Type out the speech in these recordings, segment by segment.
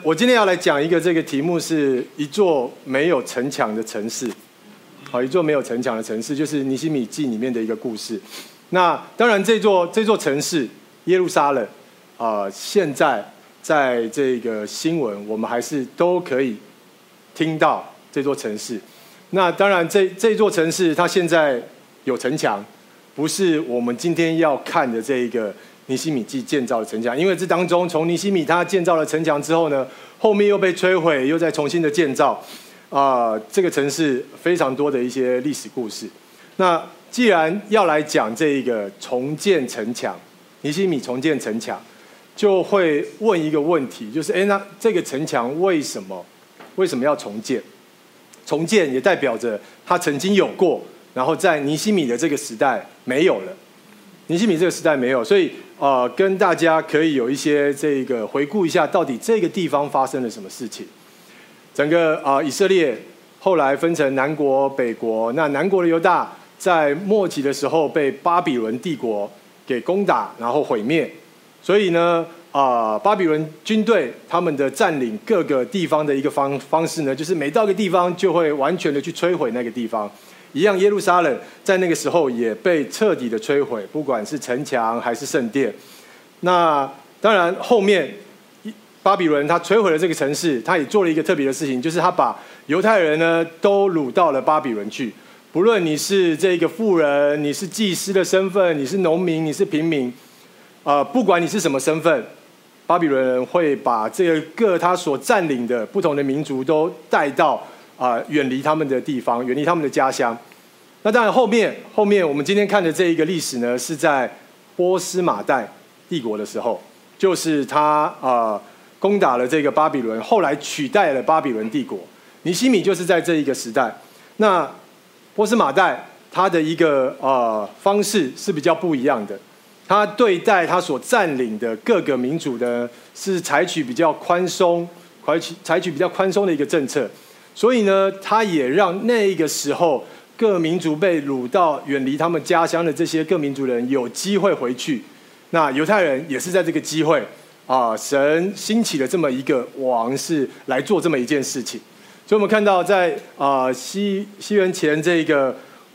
我今天要来讲一个这个题目是一座没有城墙的城市，一座没有城墙的城市，就是尼希米记里面的一个故事。那当然这座城市耶路撒冷，现在在这个新闻我们还是都可以听到这座城市。那当然这座城市它现在有城墙，不是我们今天要看的这一个尼希米记建造的城墙，因为这当中从尼希米他建造了城墙之后呢，后面又被摧毁，又再重新的建造，这个城市非常多的一些历史故事。那既然要来讲这一个重建城墙，尼希米重建城墙，就会问一个问题，就是那这个城墙为什么要重建？重建也代表着它曾经有过，然后在尼希米的这个时代没有了。尼希米这个时代没有，所以跟大家可以有一些这个回顾一下，到底这个地方发生了什么事情。整个以色列后来分成南国、北国，那南国的犹大在末期的时候被巴比伦帝国给攻打，然后毁灭。所以呢，巴比伦军队他们的占领各个地方的一个方式呢，就是每到一个地方就会完全的去摧毁那个地方。一样，耶路撒冷在那个时候也被彻底的摧毁，不管是城墙还是圣殿。那当然，后面巴比伦他摧毁了这个城市，他也做了一个特别的事情，就是他把犹太人呢都掳到了巴比伦去。不论你是这个富人，你是祭司的身份，你是农民，你是平民，不管你是什么身份，巴比伦人会把这个他所占领的不同的民族都带到远离他们的地方，远离他们的家乡。那当然后面我们今天看的这一个历史呢，是在波斯马代帝国的时候，就是他攻打了这个巴比伦，后来取代了巴比伦帝国。尼希米就是在这一个时代。那波斯马代他的一个方式是比较不一样的，他对待他所占领的各个民族呢，是采取比较宽松的一个政策。所以呢，他也让那一个时候各民族被掳到远离他们家乡的这些各民族人有机会回去。那犹太人也是在这个机会神兴起了这么一个王，是来做这么一件事情。所以我们看到在西元前这个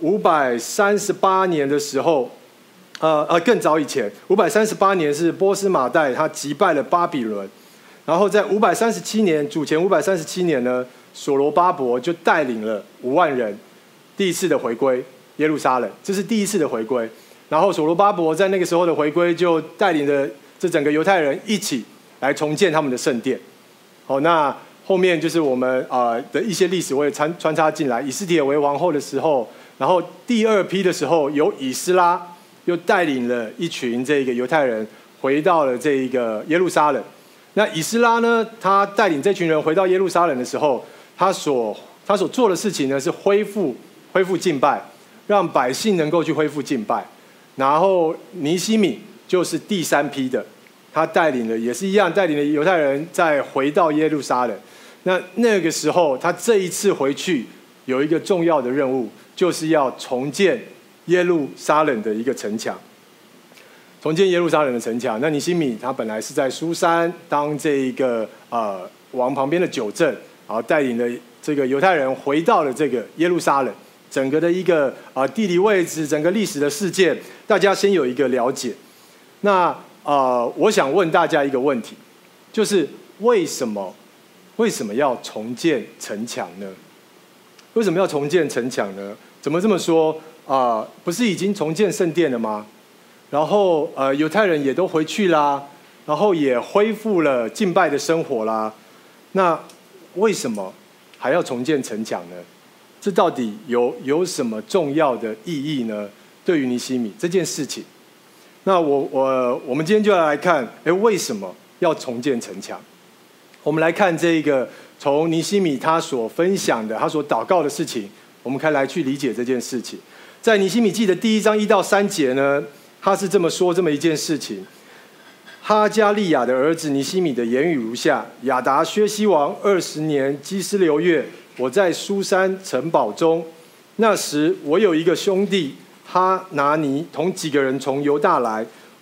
538年的时候，更早以前，538年是波斯马代他击败了巴比伦，然后在537年，主前537年呢，所罗巴伯就带领了5万人第一次的回归耶路撒冷，这是第一次的回归。然后所罗巴伯在那个时候的回归，就带领着这整个犹太人一起来重建他们的圣殿。那后面就是我们的一些历史我也穿插进来。以斯帖为王后的时候，然后第二批的时候，由以斯拉又带领了一群这个犹太人回到了这一个耶路撒冷。那以斯拉呢，他带领这群人回到耶路撒冷的时候，他所做的事情呢，是恢复敬拜，让百姓能够去恢复敬拜。然后尼希米就是第三批的，他也是一样带领了犹太人再回到耶路撒冷。那个时候，他这一次回去有一个重要的任务，就是要重建耶路撒冷的一个城墙。重建耶路撒冷的城墙。那尼希米他本来是在书珊当这一个王旁边的酒政，然后带领了这个犹太人回到了这个耶路撒冷。整个的一个地理位置，整个历史的事件，大家先有一个了解。那我想问大家一个问题，就是为什么要重建城墙呢？为什么要重建城墙呢？怎么这么说？不是已经重建圣殿了吗？然后犹太人也都回去啦，然后也恢复了敬拜的生活啦。那为什么还要重建城墙呢？这到底有什么重要的意义呢？对于尼希米这件事情，那我们今天就要来看，为什么要重建城墙？我们来看这个从尼希米他所分享的，他所祷告的事情，我们可以来去理解这件事情。在尼希米记的第1章1到3节呢，他是这么说这么一件事情：哈加利亚的儿子尼希米的言语如下：亚达薛西王20年基斯流月，我在书珊城堡中，那时我有一个兄弟哈拿尼同几个人从犹大来，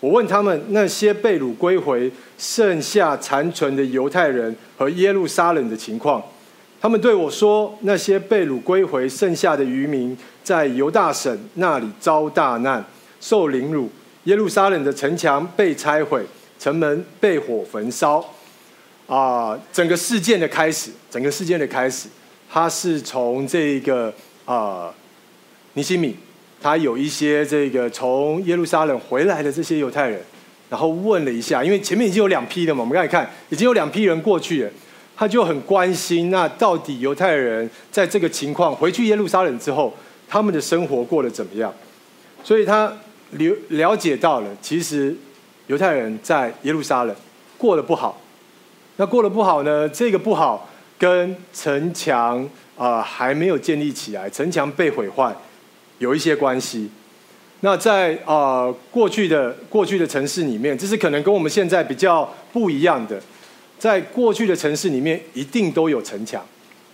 我问他们那些被掳归回、剩下残存的犹太人和耶路撒冷的情况。他们对我说，那些被掳归回剩下的渔民在犹大省那里遭大难，受凌辱。耶路撒冷的城墙被拆毁，城门被火焚烧。整个事件的开始，它是从这个尼希米，他有一些这个从耶路撒冷回来的这些犹太人，然后问了一下，因为前面已经有2批了嘛，我们刚才看已经有2批人过去了，他就很关心，那到底犹太人在这个情况回去耶路撒冷之后，他们的生活过得怎么样？所以他了解到了，其实犹太人在耶路撒冷过得不好。那过得不好呢？这个不好跟城墙还没有建立起来，城墙被毁坏有一些关系。那在过去的城市里面，这是可能跟我们现在比较不一样的。在过去的城市里面，一定都有城墙。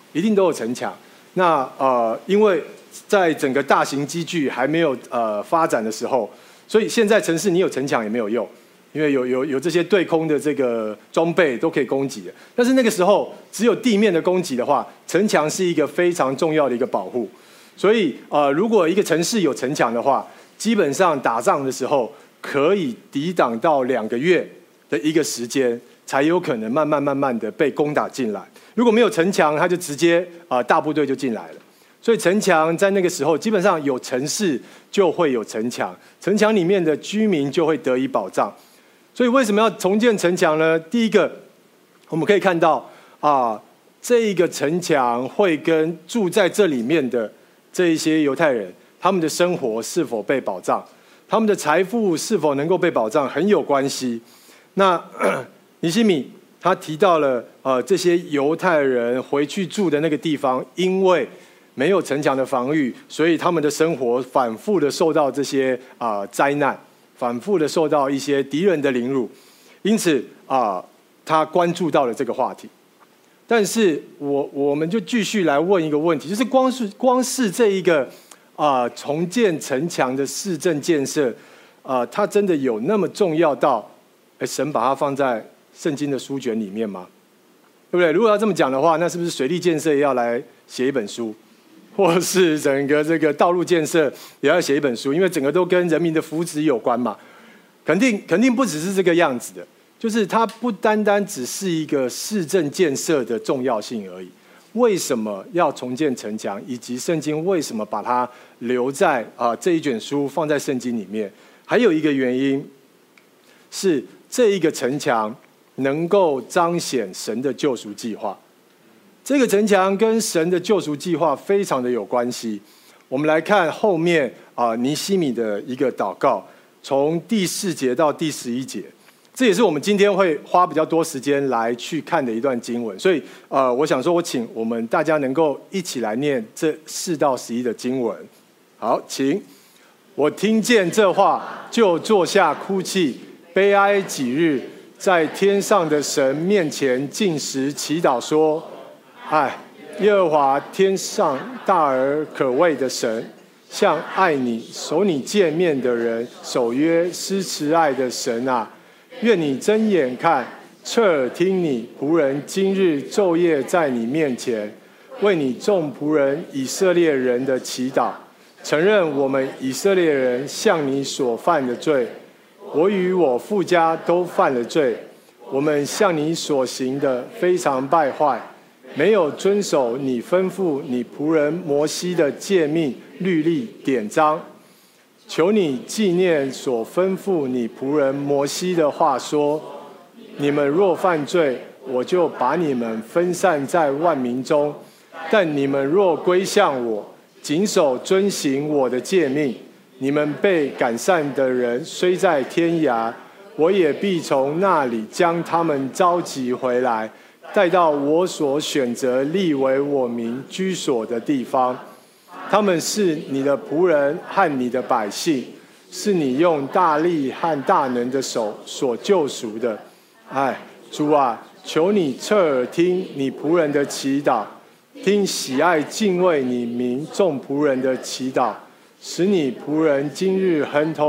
那因为在整个大型机具还没有发展的时候，所以现在城市你有城墙也没有用。因为有这些对空的这个装备都可以攻击的，但是那个时候只有地面的攻击的话，城墙是一个非常重要的一个保护。所以如果一个城市有城墙的话，基本上打仗的时候可以抵挡到2个月的一个时间，才有可能慢慢的被攻打进来。如果没有城墙，它就直接大部队就进来了。所以城墙在那个时候，基本上有城市就会有城墙，城墙里面的居民就会得以保障。所以为什么要重建城墙呢？第一个，我们可以看到这一个城墙会跟住在这里面的这一些犹太人，他们的生活是否被保障，他们的财富是否能够被保障很有关系。那尼希米他提到了这些犹太人回去住的那个地方，因为没有城墙的防御，所以他们的生活反复的受到这些灾难。反复的受到一些敌人的凌辱，因此他关注到了这个话题。但是我们就继续来问一个问题，就是光是这一个重建城墙的市政建设，它真的有那么重要到神把它放在圣经的书卷里面吗？对不对？如果要这么讲的话，那是不是水利建设也要来写一本书？或是整个这个道路建设也要写一本书，因为整个都跟人民的福祉有关嘛。肯定不只是这个样子的，就是它不单单只是一个市政建设的重要性而已。为什么要重建城墙，以及圣经为什么把它留在这一卷书放在圣经里面？还有一个原因是这一个城墙能够彰显神的救赎计划。这个城墙跟神的救赎计划非常的有关系。我们来看后面尼希米的一个祷告，从第4节到第11节，这也是我们今天会花比较多时间来去看的一段经文。所以我想说，我请我们大家能够一起来念这4到11的经文。好，请。我听见这话，就坐下哭泣，悲哀几日，在天上的神面前禁食祈祷说：耶和华天上大而可畏的神，向爱你守你诫命的人守约施慈爱的神啊，愿你睁眼看，侧耳听你仆人今日昼夜在你面前为你众仆人以色列人的祈祷，承认我们以色列人向你所犯的罪。我与我父家都犯了罪，我们向你所行的非常败坏，没有遵守你吩咐你仆人摩西的诫命律例典章。求你纪念所吩咐你仆人摩西的话说：你们若犯罪，我就把你们分散在万民中，但你们若归向我，谨守遵行我的诫命，你们被赶散的人虽在天涯，我也必从那里将他们召集回来，带到我所选择立为我名居所的地方。他们是你的仆人和你的百姓，是你用大力和大能的手所救赎的。主啊，求你侧耳听你仆人的祈祷，听喜爱敬畏你名众仆人的祈祷，使你仆人今日亨通，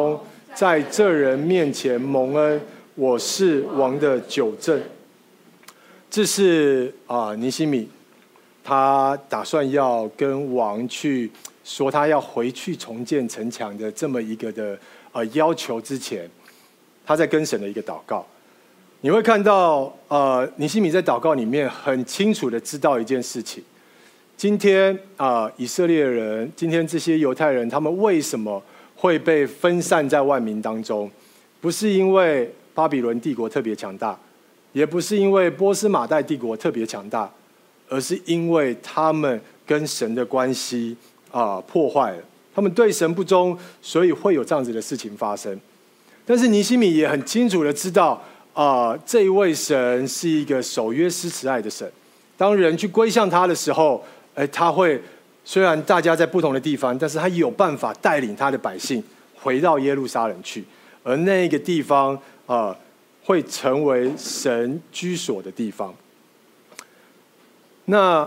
在这人面前蒙恩，我是王的酒政。这是尼希米，他打算要跟王去说他要回去重建城墙的这么一个的要求之前，他在跟神的一个祷告。你会看到尼希米在祷告里面很清楚的知道一件事情：今天以色列人，今天这些犹太人，他们为什么会被分散在万民当中？不是因为巴比伦帝国特别强大，也不是因为波斯马代帝国特别强大，而是因为他们跟神的关系破坏了，他们对神不忠，所以会有这样子的事情发生。但是尼希米也很清楚的知道这一位神是一个守约施慈爱的神。当人去归向他的时候，他会虽然大家在不同的地方，但是他有办法带领他的百姓回到耶路撒冷去，而那个地方会成为神居所的地方。那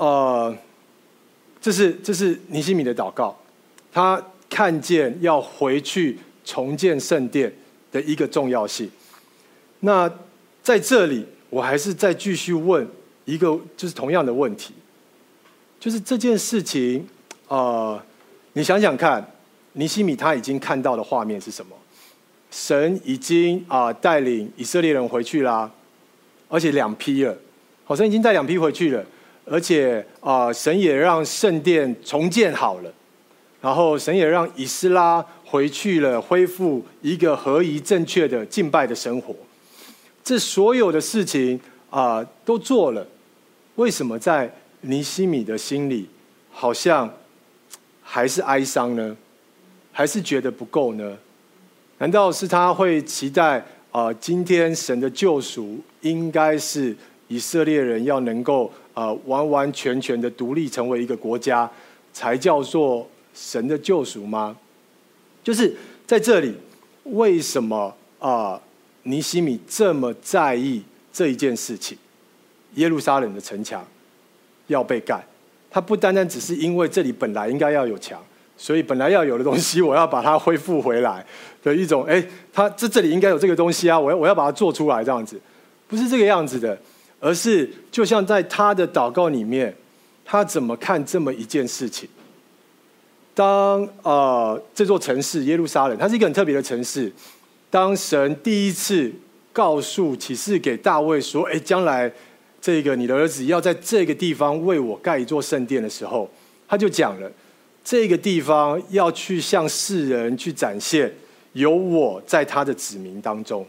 这是尼希米的祷告，他看见要回去重建圣殿的一个重要性。那在这里，我还是再继续问一个就是同样的问题，就是这件事情，你想想看，尼希米他已经看到的画面是什么？神已经带领以色列人回去啦，而且2批了，神已经带2批回去了，而且神也让圣殿重建好了，然后神也让以斯拉回去了，恢复一个合宜正确的敬拜的生活。这所有的事情都做了，为什么在尼希米的心里好像还是哀伤呢？还是觉得不够呢？难道是他会期待今天神的救赎应该是以色列人要能够完完全全的独立成为一个国家，才叫做神的救赎吗？就是在这里，为什么尼希米这么在意这一件事情？耶路撒冷的城墙要被盖，他不单单只是因为这里本来应该要有墙，所以本来要有的东西我要把它恢复回来的一种，他这里应该有这个东西啊，我要把它做出来，这样子不是这个样子的，而是就像在他的祷告里面，他怎么看这么一件事情？当这座城市耶路撒冷，它是一个很特别的城市。当神第一次告诉启示给大卫说，将来这个你的儿子要在这个地方为我盖一座圣殿的时候，他就讲了，这个地方要去向世人去展现有我在他的子民当中。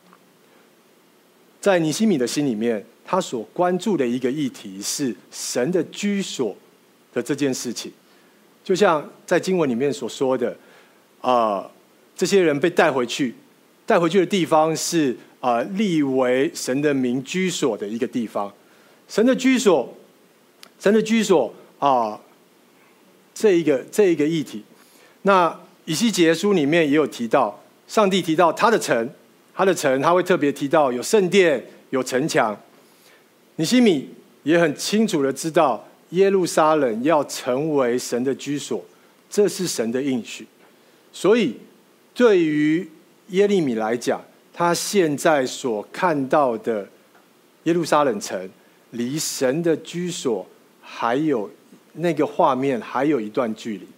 在尼希米的心里面，他所关注的一个议题是神的居所的这件事情。就像在经文里面所说的，这些人被带回去的地方是立为神的名居所的一个地方。神的居所这一个议题。那以西结书里面也有提到，上帝提到他的城，他会特别提到有圣殿、有城墙。尼希米也很清楚的知道，耶路撒冷要成为神的居所，这是神的应许。所以对于耶利米来讲，他现在所看到的耶路撒冷城，离神的居所还有那个画面还有一段距离，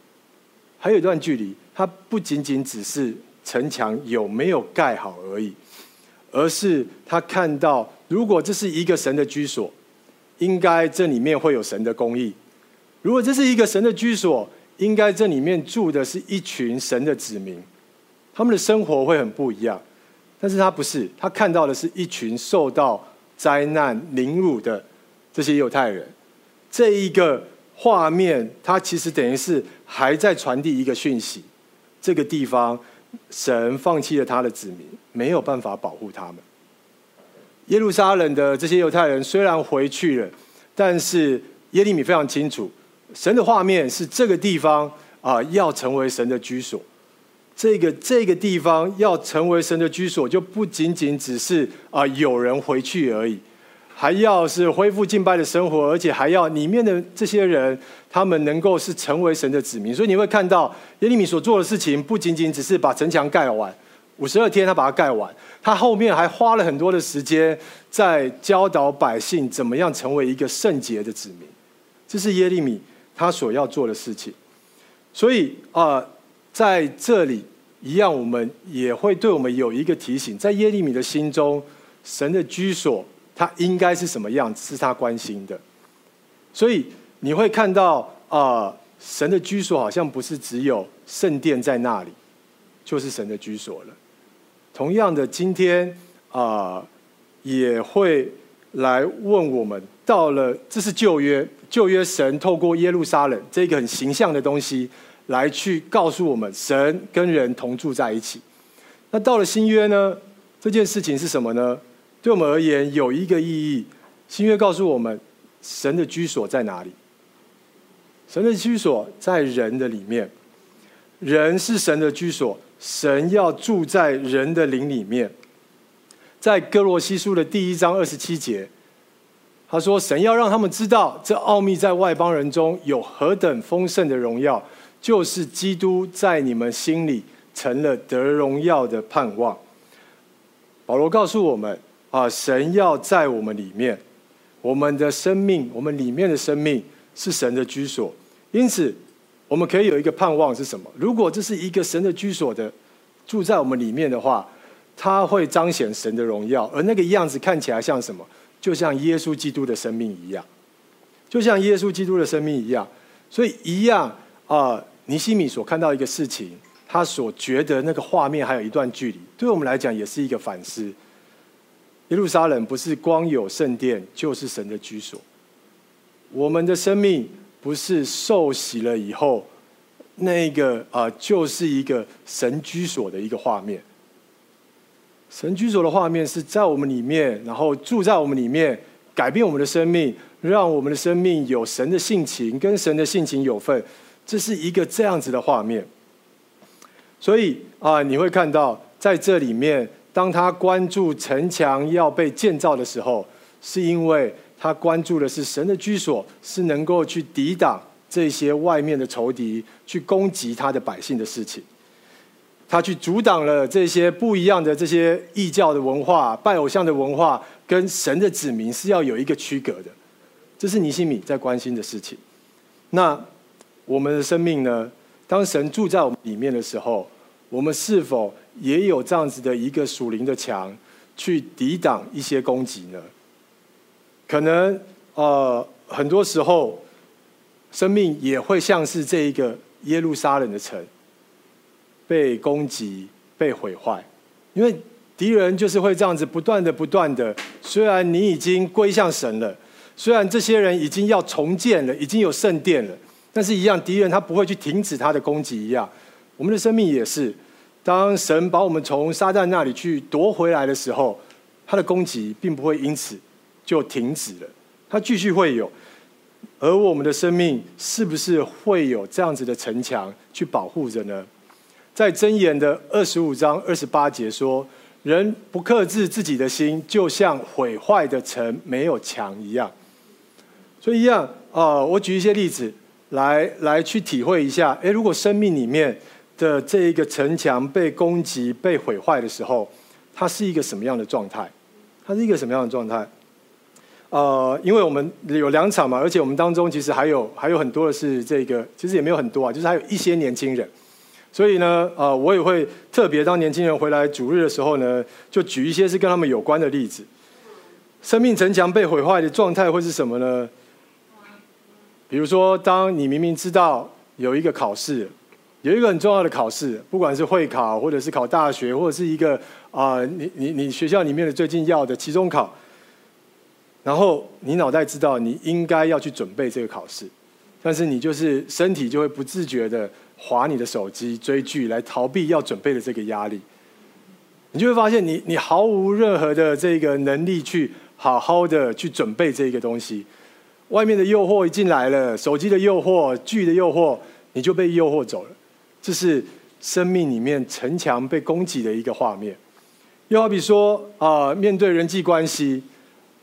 它不仅仅只是城墙有没有盖好而已，而是他看到，如果这是一个神的居所，应该这里面会有神的公义；如果这是一个神的居所，应该这里面住的是一群神的子民，他们的生活会很不一样。但是他不是，他看到的是一群受到灾难凌辱的这些犹太人。这一个画面，它其实等于是还在传递一个讯息：这个地方神放弃了他的子民，没有办法保护他们。耶路撒冷的这些犹太人虽然回去了，但是耶利米非常清楚，神的画面是这个地方要成为神的居所。这个地方要成为神的居所，就不仅仅只是有人回去而已， 还要是恢复敬拜的生活，而且还要里面的这些人，他们能够是成为神的子民。所以你会看到耶利米所做的事情，不仅仅只是把城墙盖完，52天他把它盖完，他后面还花了很多的时间在教导百姓怎么样成为一个圣洁的子民。这是耶利米他所要做的事情。所以在这里一样，我们也会对我们有一个提醒，在耶利米的心中，神的居所他应该是什么样子，是他关心的。所以你会看到神的居所好像不是只有圣殿在那里，就是神的居所了。同样的，今天也会来问我们，到了这是旧约，旧约神透过耶路撒冷这个很形象的东西来去告诉我们，神跟人同住在一起。那到了新约呢，这件事情是什么呢？对我们而言有一个意义，新约告诉我们神的居所在哪里。神的居所在人的里面，人是神的居所，神要住在人的灵里面。在哥罗西书的第1章27节，他说神要让他们知道，这奥秘在外邦人中有何等丰盛的荣耀，就是基督在你们心里成了得荣耀的盼望。保罗告诉我们神要在我们里面，我们的生命，我们里面的生命是神的居所。因此我们可以有一个盼望是什么？如果这是一个神的居所的住在我们里面的话，它会彰显神的荣耀，而那个样子看起来像什么？就像耶稣基督的生命一样，就像耶稣基督的生命一样。所以一样尼希米所看到一个事情，他所觉得那个画面还有一段距离，对我们来讲也是一个反思。耶路撒冷不是光有圣殿就是神的居所，我们的生命不是受洗了以后那个就是一个神居所的一个画面。神居所的画面是在我们里面，然后住在我们里面，改变我们的生命，让我们的生命有神的性情，跟神的性情有份。这是一个这样子的画面。所以你会看到在这里面，当他关注城墙要被建造的时候，是因为他关注的是神的居所是能够去抵挡这些外面的仇敌去攻击他的百姓的事情。他去阻挡了这些不一样的这些异教的文化、拜偶像的文化，跟神的子民是要有一个区隔的。这是尼希米在关心的事情。那我们的生命呢？当神住在我们里面的时候，我们是否也有这样子的一个属灵的墙，去抵挡一些攻击呢？可能很多时候，生命也会像是这一个耶路撒冷的城，被攻击、被毁坏，因为敌人就是会这样子不断的。虽然你已经归向神了，虽然这些人已经要重建了，已经有圣殿了，但是一样，敌人他不会去停止他的攻击一样。我们的生命也是，当神把我们从撒旦那里去夺回来的时候，他的攻击并不会因此就停止了，他继续会有。而我们的生命是不是会有这样子的城墙去保护着呢？在箴言的25章28节说，人不克制自己的心，就像毁坏的城没有墙一样。所以一样我举一些例子来去体会一下，如果生命里面的这一个城墙被攻击、被毁坏的时候，它是一个什么样的状态？它是一个什么样的状态？因为我们有2场嘛，而且我们当中其实还有很多的是这个，其实也没有很多就是还有一些年轻人。所以呢，我也会特别当年轻人回来主日的时候呢，就举一些是跟他们有关的例子。生命城墙被毁坏的状态会是什么呢？比如说，当你明明知道有一个考试，有一个很重要的考试，不管是会考，或者是考大学，或者是一个你学校里面的最近要的期中考，然后你脑袋知道你应该要去准备这个考试，但是你就是身体就会不自觉的滑你的手机追剧来逃避要准备的这个压力，你就会发现你毫无任何的这个能力去好好的去准备这个东西。外面的诱惑一进来了，手机的诱惑、剧的诱惑，你就被诱惑走了。这是生命里面城墙被攻击的一个画面。又好比说面对人际关系，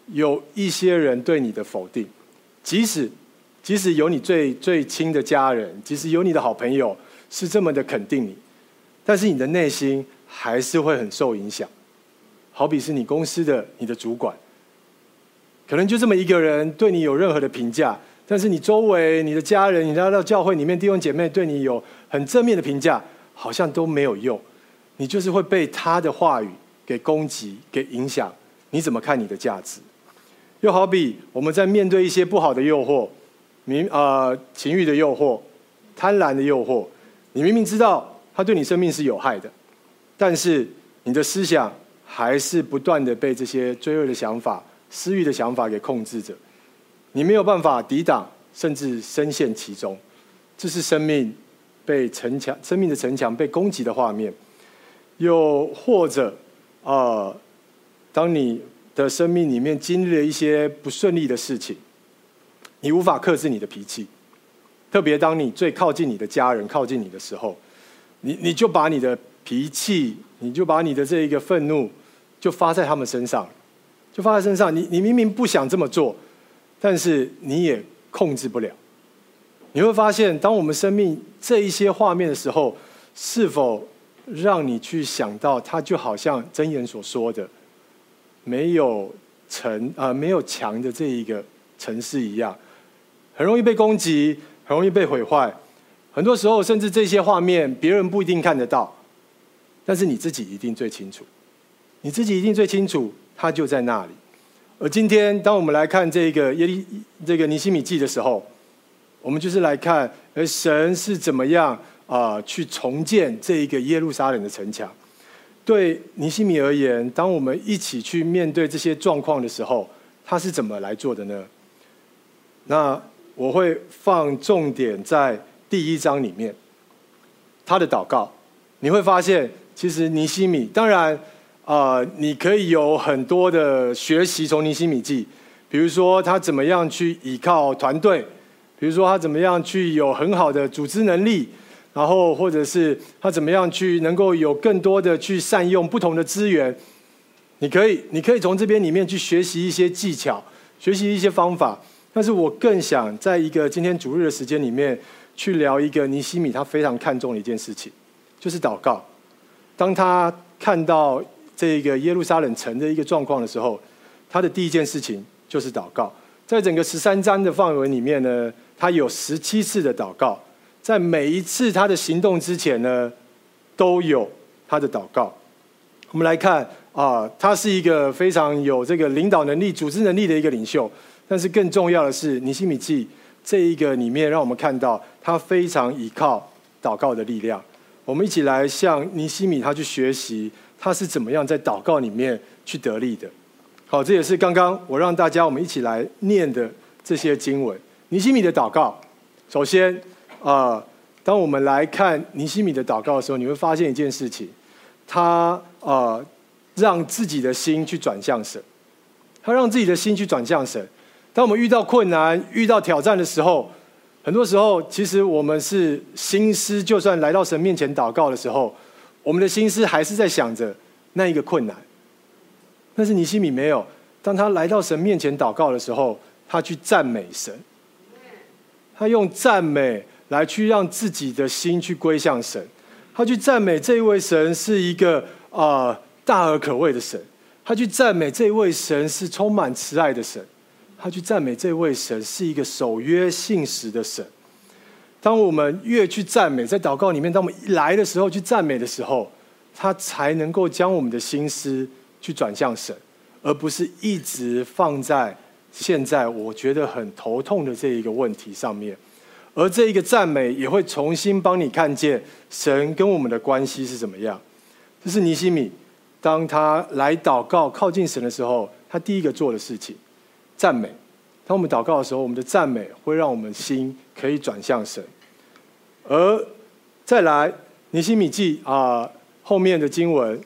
有一些人对你的否定，即使有你最亲的家人，即使有你的好朋友是这么的肯定你，但是你的内心还是会很受影响。好比是你公司的你的主管，可能就这么一个人对你有任何的评价，但是你周围你的家人，你来到教会里面弟兄姐妹对你有很正面的评价，好像都没有用，你就是会被他的话语给攻击给影响，你怎么看你的价值？又好比我们在面对一些不好的诱惑，情欲的诱惑，贪婪的诱惑，你明明知道它对你生命是有害的，但是你的思想还是不断的被这些罪恶的想法、私欲的想法给控制着，你没有办法抵挡，甚至深陷其中。这是生命的城墙被攻击的画面。又或者，当你的生命里面经历了一些不顺利的事情，你无法克制你的脾气，特别当你最靠近你的家人、靠近你的时候，你就把你的脾气，你就把你的这一个愤怒，就发在他们身上，就发在身上。你明明不想这么做，但是你也控制不了。你会发现，当我们生命这一些画面的时候，是否让你去想到，它就好像箴言所说的，没有墙的这一个城市一样，很容易被攻击，很容易被毁坏。很多时候，甚至这些画面别人不一定看得到，但是你自己一定最清楚。你自己一定最清楚，它就在那里。而今天，当我们来看这个尼希米记的时候，我们就是来看，神是怎么样去重建这一个耶路撒冷的城墙。对尼希米而言，当我们一起去面对这些状况的时候，他是怎么来做的呢？那我会放重点在第1章里面，他的祷告。你会发现，其实尼希米，当然你可以有很多的学习从尼希米记，比如说他怎么样去依靠团队，比如说他怎么样去有很好的组织能力，然后或者是他怎么样去能够有更多的去善用不同的资源。你可以从这边里面去学习一些技巧，学习一些方法。但是我更想在一个今天主日的时间里面去聊一个尼希米他非常看重的一件事情，就是祷告。当他看到这个耶路撒冷城的一个状况的时候，他的第一件事情就是祷告。在整个13章的范围里面呢，他有17次的祷告，在每一次他的行动之前呢，都有他的祷告。我们来看他是一个非常有这个领导能力、组织能力的一个领袖。但是更重要的是，尼希米记这一个里面，让我们看到他非常依靠祷告的力量。我们一起来向尼希米他去学习，他是怎么样在祷告里面去得力的。好，这也是刚刚我让大家我们一起来念的这些经文。尼希米的祷告，首先当我们来看尼希米的祷告的时候，你会发现一件事情，他让自己的心去转向神，他让自己的心去转向神。当我们遇到困难、遇到挑战的时候，很多时候其实我们是心思，就算来到神面前祷告的时候，我们的心思还是在想着那一个困难。但是尼希米没有，当他来到神面前祷告的时候，他去赞美神，他用赞美来去让自己的心去归向神，他去赞美这一位神是一个大而可畏的神，他去赞美这一位神是充满慈爱的神，他去赞美这位神是一个守约信实的神。当我们越去赞美，在祷告里面，当我们一来的时候去赞美的时候，他才能够将我们的心思去转向神，而不是一直放在现在我觉得很头痛的这一个问题上面。而这一个赞美也会重新帮你看见神跟我们的关系是怎么样。这是尼希米当他来祷告靠近神的时候，他第一个做的事情，赞美。当我们祷告的时候，我们的赞美会让我们心可以转向神。而再来尼希米记后面的经文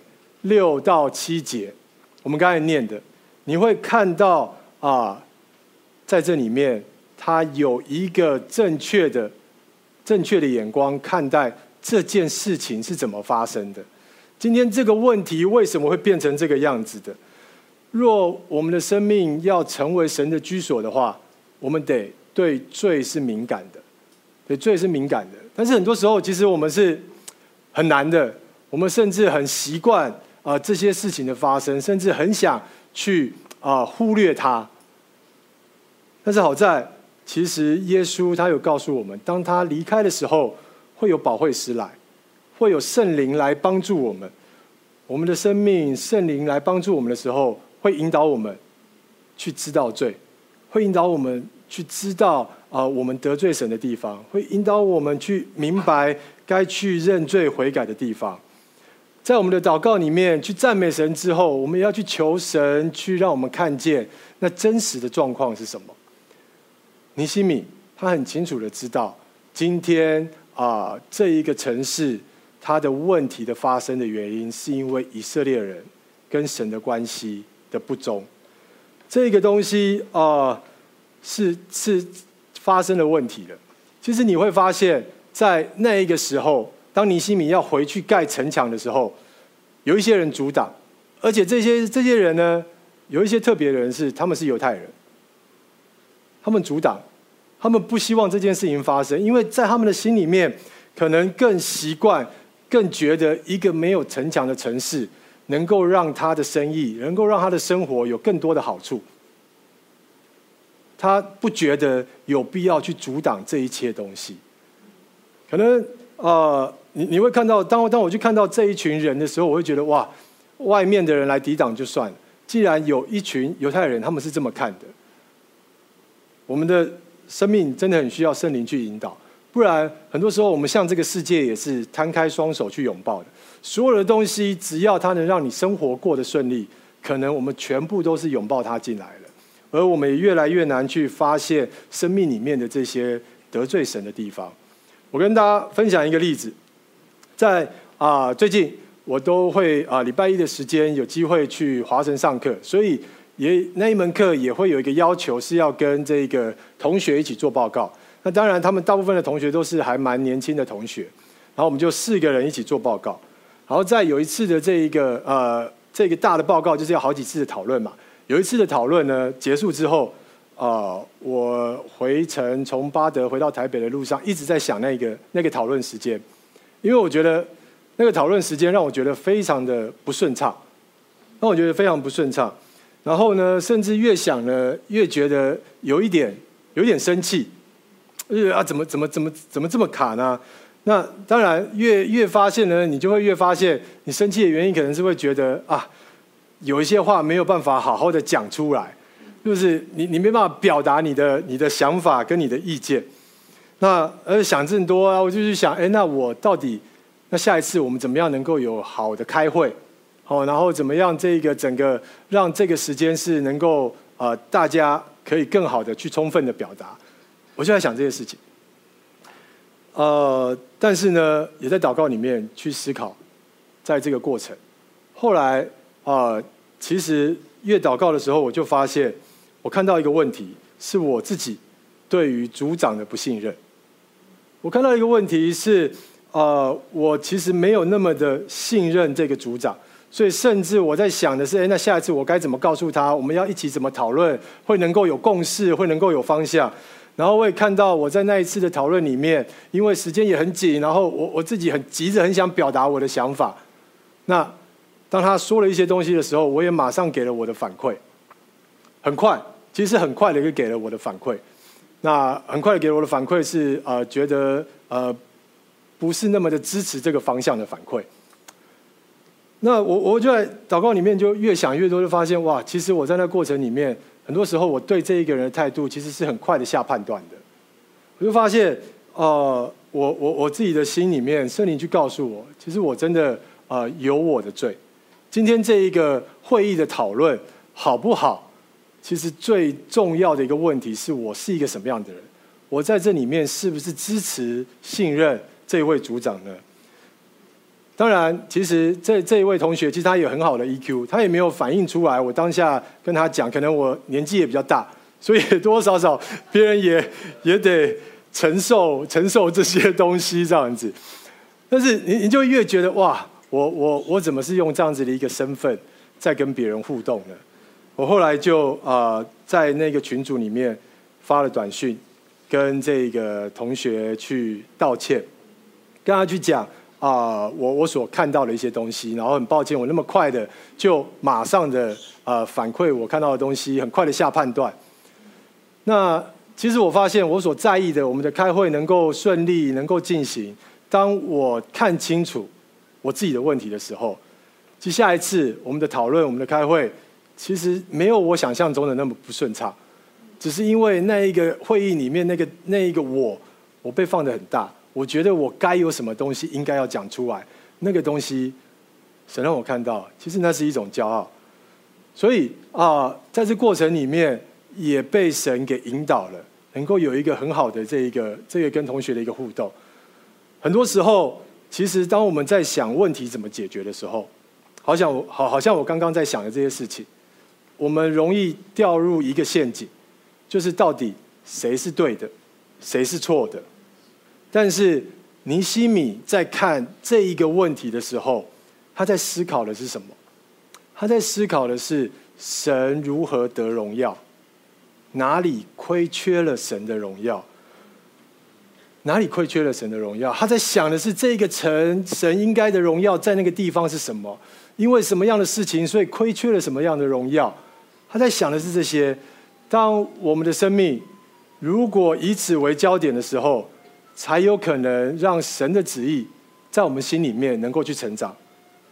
6到7节，我们刚才念的，你会看到在这里面他有一个正确的眼光看待这件事情是怎么发生的。今天这个问题为什么会变成这个样子的？ 若我们的生命要成为神的居所的话，我们得对罪是敏感的，对罪是敏感的。但是很多时候，其实我们是很难的，我们甚至很习惯这些事情的发生，甚至很想去忽略它。但是好在，其实耶稣他有告诉我们，当他离开的时候，会有保惠师来，会有圣灵来帮助我们。我们的生命，圣灵来帮助我们的时候，会引导我们去知道罪，会引导我们去知道我们得罪神的地方，会引导我们去明白该去认罪悔改的地方。在我们的祷告里面去赞美神之后，我们要去求神去让我们看见那真实的状况是什么。尼希米他很清楚的知道，今天这一个城市它的问题的发生的原因，是因为以色列人跟神的关系的不忠。这个东西是发生了问题的。其实你会发现，在那一个时候，当尼希米要回去盖城墙的时候，有一些人阻挡，而且这些人呢，有一些特别的人他们是犹太人，他们阻挡，他们不希望这件事情发生，因为在他们的心里面，可能更习惯。更觉得一个没有城墙的城市能够让他的生意，能够让他的生活有更多的好处。他不觉得有必要去阻挡这一切东西。可能你会看到，当我去看到这一群人的时候，我会觉得哇，外面的人来抵挡就算了，既然有一群犹太人他们是这么看的，我们的生命真的很需要圣灵去引导。不然，很多时候我们向这个世界也是摊开双手去拥抱的。所有的东西，只要它能让你生活过得顺利，可能我们全部都是拥抱它进来了。而我们也越来越难去发现生命里面的这些得罪神的地方。我跟大家分享一个例子，在最近我都会礼拜一的时间有机会去华神上课，所以那一门课也会有一个要求是要跟这个同学一起做报告。那当然，他们大部分的同学都是还蛮年轻的同学，然后我们就4个人一起做报告。然后在有一次的这个大的报告，就是要好几次的讨论嘛。有一次的讨论呢结束之后，我回程从巴德回到台北的路上，一直在想那个讨论时间，因为我觉得那个讨论时间让我觉得非常的不顺畅，让我觉得非常不顺畅。然后呢，甚至越想呢，越觉得有一点生气。怎么这么卡呢？那当然越发现呢，你就会越发现，你生气的原因可能是会觉得有一些话没有办法好好的讲出来，就是你没办法表达你的想法跟你的意见。那想这么多我就去想，那我到底那下一次我们怎么样能够有好的开会？然后怎么样这个整个让这个时间是能够大家可以更好的去充分的表达。我就在想这些事情，但是呢，也在祷告里面去思考，在这个过程。后来其实越祷告的时候，我就发现，我看到一个问题，是我自己对于组长的不信任。我看到一个问题是，我其实没有那么的信任这个组长，所以甚至我在想的是，那下一次我该怎么告诉他？我们要一起怎么讨论，会能够有共识，会能够有方向。然后我也看到我在那一次的讨论里面，因为时间也很紧，然后我自己很急着很想表达我的想法。那当他说了一些东西的时候，我也马上给了我的反馈，很快，其实很快的就给了我的反馈。那很快的给了我的反馈是觉得不是那么的支持这个方向的反馈。那我就在祷告里面就越想越多，就发现哇，其实我在那过程里面，很多时候我对这一个人的态度其实是很快的下判断的。我就发现我自己的心里面，圣灵去告诉我，其实我真的有我的罪。今天这一个会议的讨论好不好，其实最重要的一个问题是我是一个什么样的人，我在这里面是不是支持信任这位组长呢？当然，其实这一位同学，其实他有很好的 EQ， 他也没有反映出来。我当下跟他讲，可能我年纪也比较大，所以多多少少别人也得承受这些东西这样子。但是你就越觉得哇，我怎么是用这样子的一个身份在跟别人互动呢？ 我后来就在那个群组里面发了短讯，跟这个同学去道歉，跟他去讲我所看到的一些东西，然后很抱歉我那么快的就马上的反馈我看到的东西，很快的下判断。那其实我发现我所在意的，我们的开会能够顺利能够进行，当我看清楚我自己的问题的时候，其实下一次我们的讨论，我们的开会，其实没有我想象中的那么不顺畅，只是因为那一个会议里面那一个我被放得很大，我觉得我该有什么东西应该要讲出来，那个东西神让我看到，其实那是一种骄傲，所以在这过程里面也被神给引导了，能够有一个很好的这个跟同学的一个互动。很多时候，其实当我们在想问题怎么解决的时候，好像我刚刚在想的这些事情，我们容易掉入一个陷阱，就是到底谁是对的，谁是错的。但是尼希米在看这一个问题的时候，他在思考的是什么？他在思考的是神如何得荣耀，哪里亏缺了神的荣耀？哪里亏缺了神的荣耀？他在想的是这个神应该的荣耀在那个地方是什么？因为什么样的事情，所以亏缺了什么样的荣耀？他在想的是这些。当我们的生命如果以此为焦点的时候，才有可能让神的旨意在我们心里面能够去成长。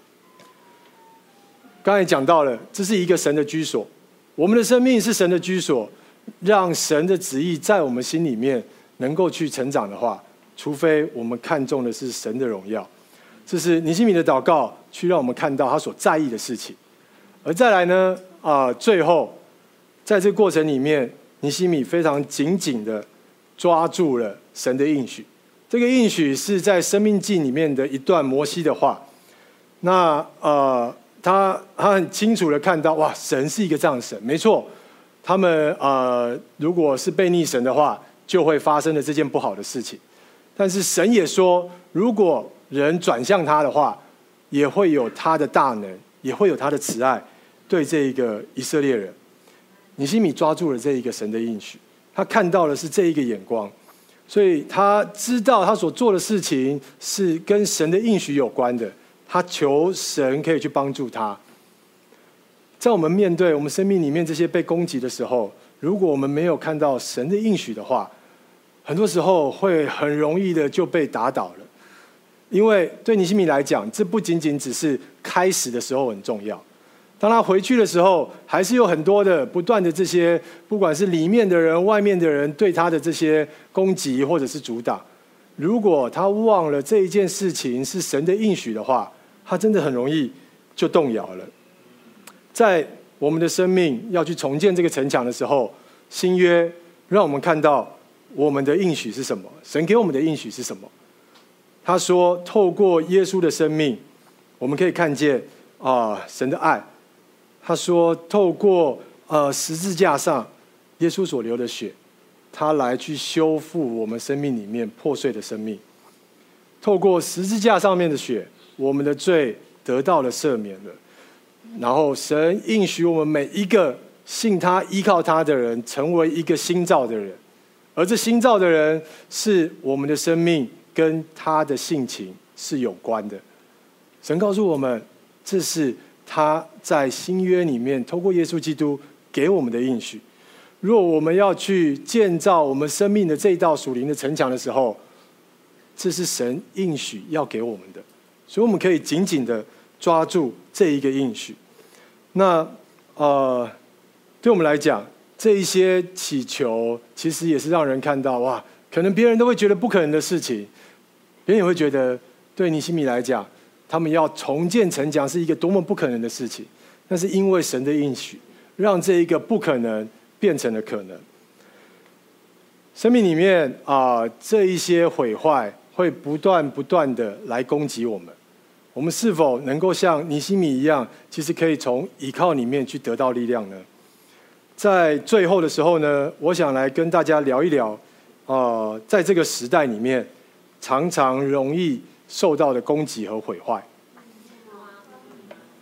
刚才讲到了，这是一个神的居所，我们的生命是神的居所，让神的旨意在我们心里面能够去成长的话，除非我们看重的是神的荣耀。这是尼希米的祷告，去让我们看到他所在意的事情。而再来呢，最后在这个过程里面，尼希米非常紧紧的抓住了神的应许。这个应许是在申命记里面的一段摩西的话。那他很清楚的看到，哇，神是一个这样的神，没错。他们如果是悖逆神的话，就会发生了这件不好的事情。但是神也说，如果人转向他的话，也会有他的大能，也会有他的慈爱，对这一个以色列人。尼希米抓住了这一个神的应许，他看到的是这一个眼光，所以他知道他所做的事情是跟神的应许有关的，他求神可以去帮助他。在我们面对我们生命里面这些被攻击的时候，如果我们没有看到神的应许的话，很多时候会很容易的就被打倒了。因为对尼希米来讲，这不仅仅只是开始的时候很重要，当他回去的时候，还是有很多的不断的这些，不管是里面的人外面的人对他的这些攻击或者是阻挡。如果他忘了这一件事情是神的应许的话，他真的很容易就动摇了。在我们的生命要去重建这个城墙的时候，新约让我们看到我们的应许是什么，神给我们的应许是什么。他说透过耶稣的生命，我们可以看见神的爱。他说透过十字架上耶稣所流的血，他来去修复我们生命里面破碎的生命。透过十字架上面的血，我们的罪得到了赦免了。然后神应许我们每一个信他依靠他的人成为一个新造的人，而这新造的人是我们的生命跟他的性情是有关的。神告诉我们，这是他在新约里面透过耶稣基督给我们的应许。若我们要去建造我们生命的这一道属灵的城墙的时候，这是神应许要给我们的，所以我们可以紧紧的抓住这一个应许。那对我们来讲，这一些祈求其实也是让人看到，哇，可能别人都会觉得不可能的事情，别人也会觉得对尼希米来讲，他们要重建城墙是一个多么不可能的事情。但是因为神的应许，让这一个不可能变成了可能。生命里面这一些毁坏会不断的来攻击我们。我们是否能够像尼希米一样，其实可以从倚靠里面去得到力量呢？在最后的时候呢，我想来跟大家聊一聊，在这个时代里面，常常容易受到的攻击和毁坏。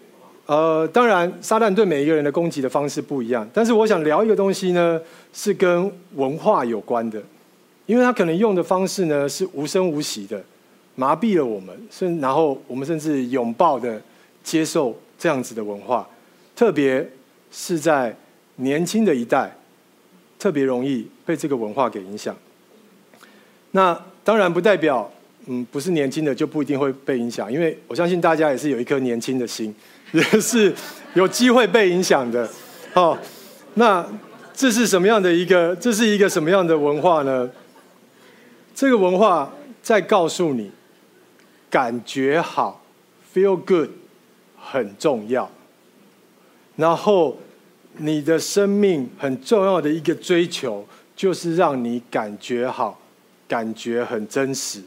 当然撒旦对每一个人的攻击的方式不一样，但是我想聊一个东西呢，是跟文化有关的，因为他可能用的方式呢是无声无息的，麻痹了我们，然后我们甚至拥抱的接受这样子的文化，特别是在年轻的一代，特别容易被这个文化给影响。那当然不代表，不是年轻的就不一定会被影响，因为我相信大家也是有一颗年轻的心，也是有机会被影响的。好，那这是什么样的一个？这是一个什么样的文化呢？这个文化在告诉你，感觉好 ，feel good 很重要。然后你的生命很重要的一个追求，就是让你感觉好，感觉很真实。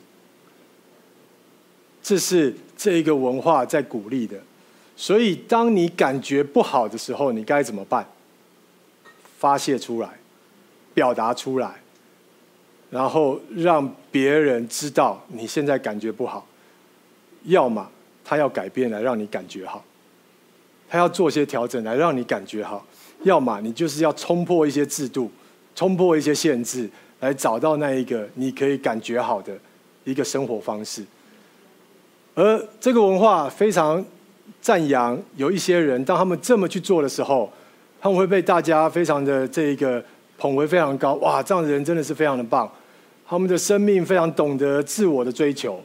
这是这一个文化在鼓励的。所以当你感觉不好的时候，你该怎么办？发泄出来，表达出来，然后让别人知道你现在感觉不好。要么他要改变来让你感觉好，他要做些调整来让你感觉好，要么你就是要冲破一些制度，冲破一些限制，来找到那一个你可以感觉好的一个生活方式。而这个文化非常赞扬有一些人，当他们这么去做的时候，他们会被大家非常的这个捧为非常高。哇，这样的人真的是非常的棒，他们的生命非常懂得自我的追求，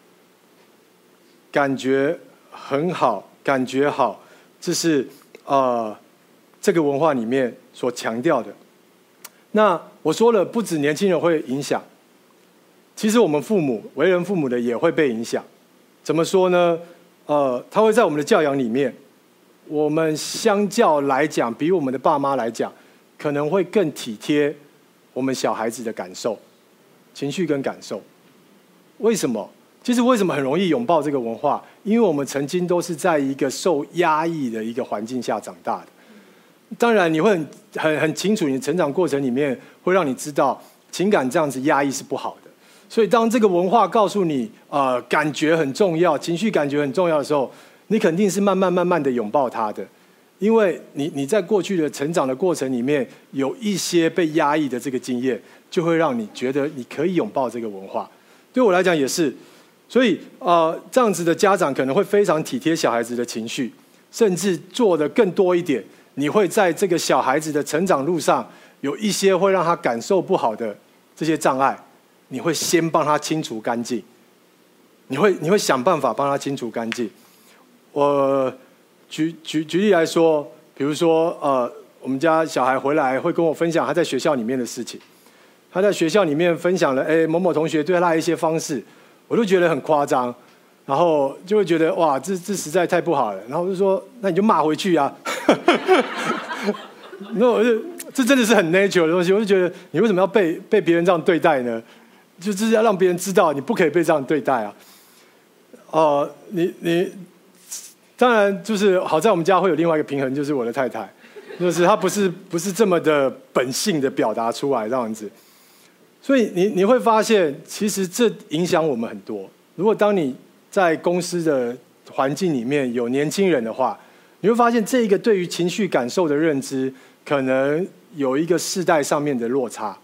感觉很好，感觉好，这是这个文化里面所强调的。那我说了，不止年轻人会影响，其实我们父母为人父母的也会被影响。怎么说呢？他会在我们的教养里面，我们相较来讲，比我们的爸妈来讲，可能会更体贴我们小孩子的感受、情绪跟感受。为什么？其实为什么很容易拥抱这个文化？因为我们曾经都是在一个受压抑的一个环境下长大的。当然，你会很清楚，你的成长过程里面会让你知道，情感这样子压抑是不好的。所以，当这个文化告诉你，感觉很重要，情绪感觉很重要的时候，你肯定是慢慢的拥抱它的，因为你在过去的成长的过程里面，有一些被压抑的这个经验，就会让你觉得你可以拥抱这个文化。对我来讲也是，所以这样子的家长可能会非常体贴小孩子的情绪，甚至做得更多一点。你会在这个小孩子的成长路上，有一些会让他感受不好的这些障碍。你会先帮他清除干净，你会想办法帮他清除干净。我举例来说，比如说我们家小孩回来会跟我分享他在学校里面的事情，他在学校里面分享了某某同学对他的一些方式，我都觉得很夸张，然后就会觉得哇，这实在太不好了，然后我就说那你就骂回去啊。那我就这真的是很 natural 的东西，我就觉得你为什么要被别人这样对待呢？就是要让别人知道你不可以被这样对待啊！你当然就是好在我们家会有另外一个平衡，就是我的太太，就是她不是这么的本性的表达出来这样子，所以你会发现，其实这影响我们很多。如果当你在公司的环境里面有年轻人的话，你会发现这一个对于情绪感受的认知，可能有一个世代上面的落差，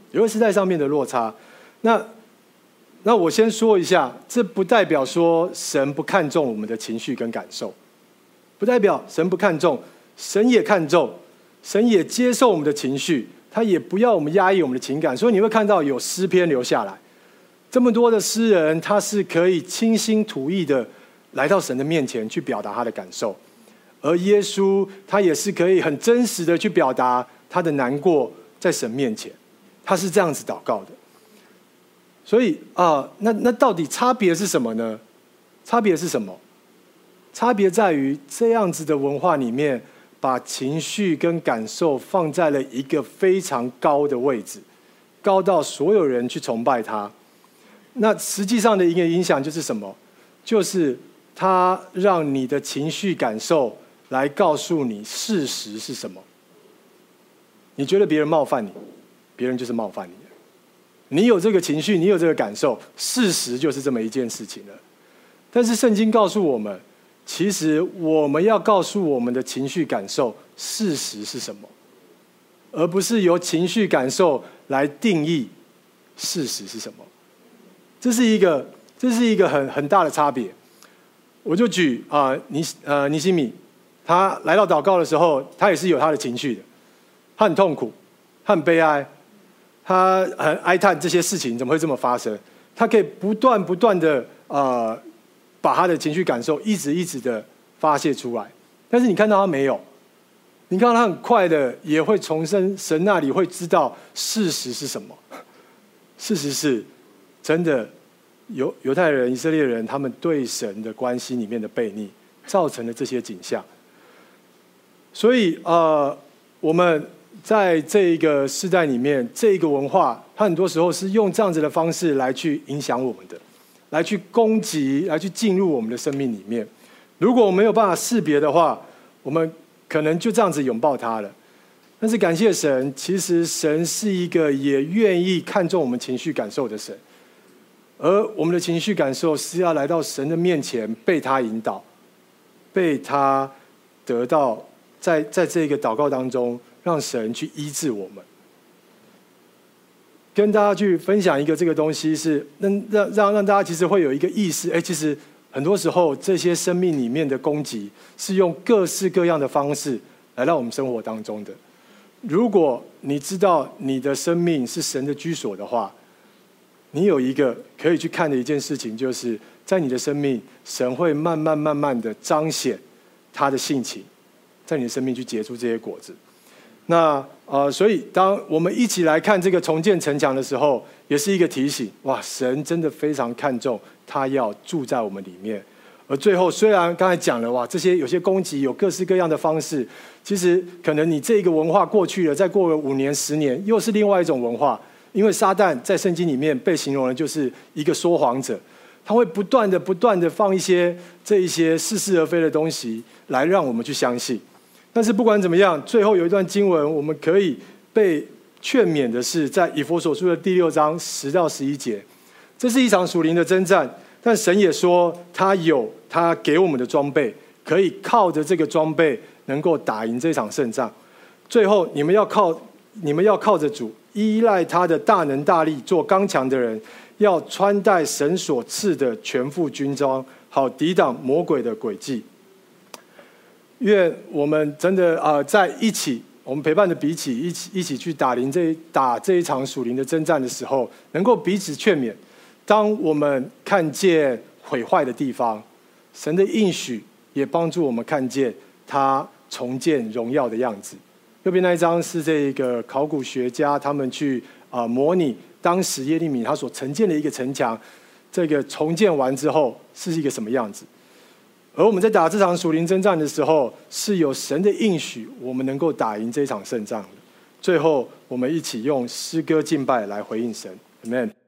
那我先说一下，这不代表说神不看重我们的情绪跟感受，不代表神不看重，神也看重，神也接受我们的情绪，他也不要我们压抑我们的情感。所以你会看到有诗篇留下来，这么多的诗人，他是可以倾心吐意的来到神的面前去表达他的感受，而耶稣他也是可以很真实的去表达他的难过在神面前，他是这样子祷告的。所以那到底差别是什么呢？差别是什么？差别在于这样子的文化里面，把情绪跟感受放在了一个非常高的位置，高到所有人去崇拜它。那实际上的一个影响就是什么？就是它让你的情绪感受来告诉你事实是什么。你觉得别人冒犯你，别人就是冒犯你。你有这个情绪，你有这个感受，事实就是这么一件事情了。但是圣经告诉我们， 其实我们要告诉我们的情绪感受事实是什么，而不是由情绪感受来定义事实是什么。这是一个很大的差别。我就举尼西米，他来到祷告的时候，他也是有他的情绪的，他很痛苦，他很悲哀，他很哀叹这些事情怎么会这么发生。他可以不断的把他的情绪感受一直的发泄出来，但是你看到他没有，你看到他很快的也会从神那里会知道事实是什么。事实是真的犹太人、以色列人他们对神的关系里面的悖逆，造成了这些景象。所以我们在这个世代里面，这个文化，它很多时候是用这样子的方式来去影响我们的，来去攻击，来去进入我们的生命里面。如果我们没有办法识别的话，我们可能就这样子拥抱它了。但是感谢神，其实神是一个也愿意看重我们情绪感受的神，而我们的情绪感受是要来到神的面前，被他引导，被他得到，在这个祷告当中，让神去医治我们。跟大家去分享一个这个东西是让大家其实会有一个意识，其实很多时候这些生命里面的攻击是用各式各样的方式来到我们生活当中的。如果你知道你的生命是神的居所的话，你有一个可以去看的一件事情，就是在你的生命，神会慢慢的彰显他的性情，在你的生命去结出这些果子。那所以当我们一起来看这个重建城墙的时候，也是一个提醒，哇，神真的非常看重他要住在我们里面。而最后虽然刚才讲了，哇，这些有些攻击有各式各样的方式，其实可能你这个文化过去了，再过了5年10年，又是另外一种文化。因为撒旦在圣经里面被形容的就是一个说谎者，他会不断的放一些似是而非的东西来让我们去相信。但是不管怎么样，最后有一段经文我们可以被劝勉的是，在以弗所书的第6章10到11节，这是一场属灵的征战，但神也说他有他给我们的装备，可以靠着这个装备能够打赢这场胜仗。最后你们要靠着主，依赖他的大能大力，做刚强的人，要穿戴神所赐的全副军装，好抵挡魔鬼的诡计。愿我们真的在一起，我们陪伴着彼此，一起去打这一场属灵的征战的时候，能够彼此劝勉。当我们看见毁坏的地方，神的应许也帮助我们看见他重建荣耀的样子。右边那一张是这个考古学家他们去模拟当时耶利米他所承建的一个城墙，这个重建完之后是一个什么样子。而我们在打这场属灵征战的时候，是有神的应许，我们能够打赢这场胜仗的。最后，我们一起用诗歌敬拜来回应神。Amen。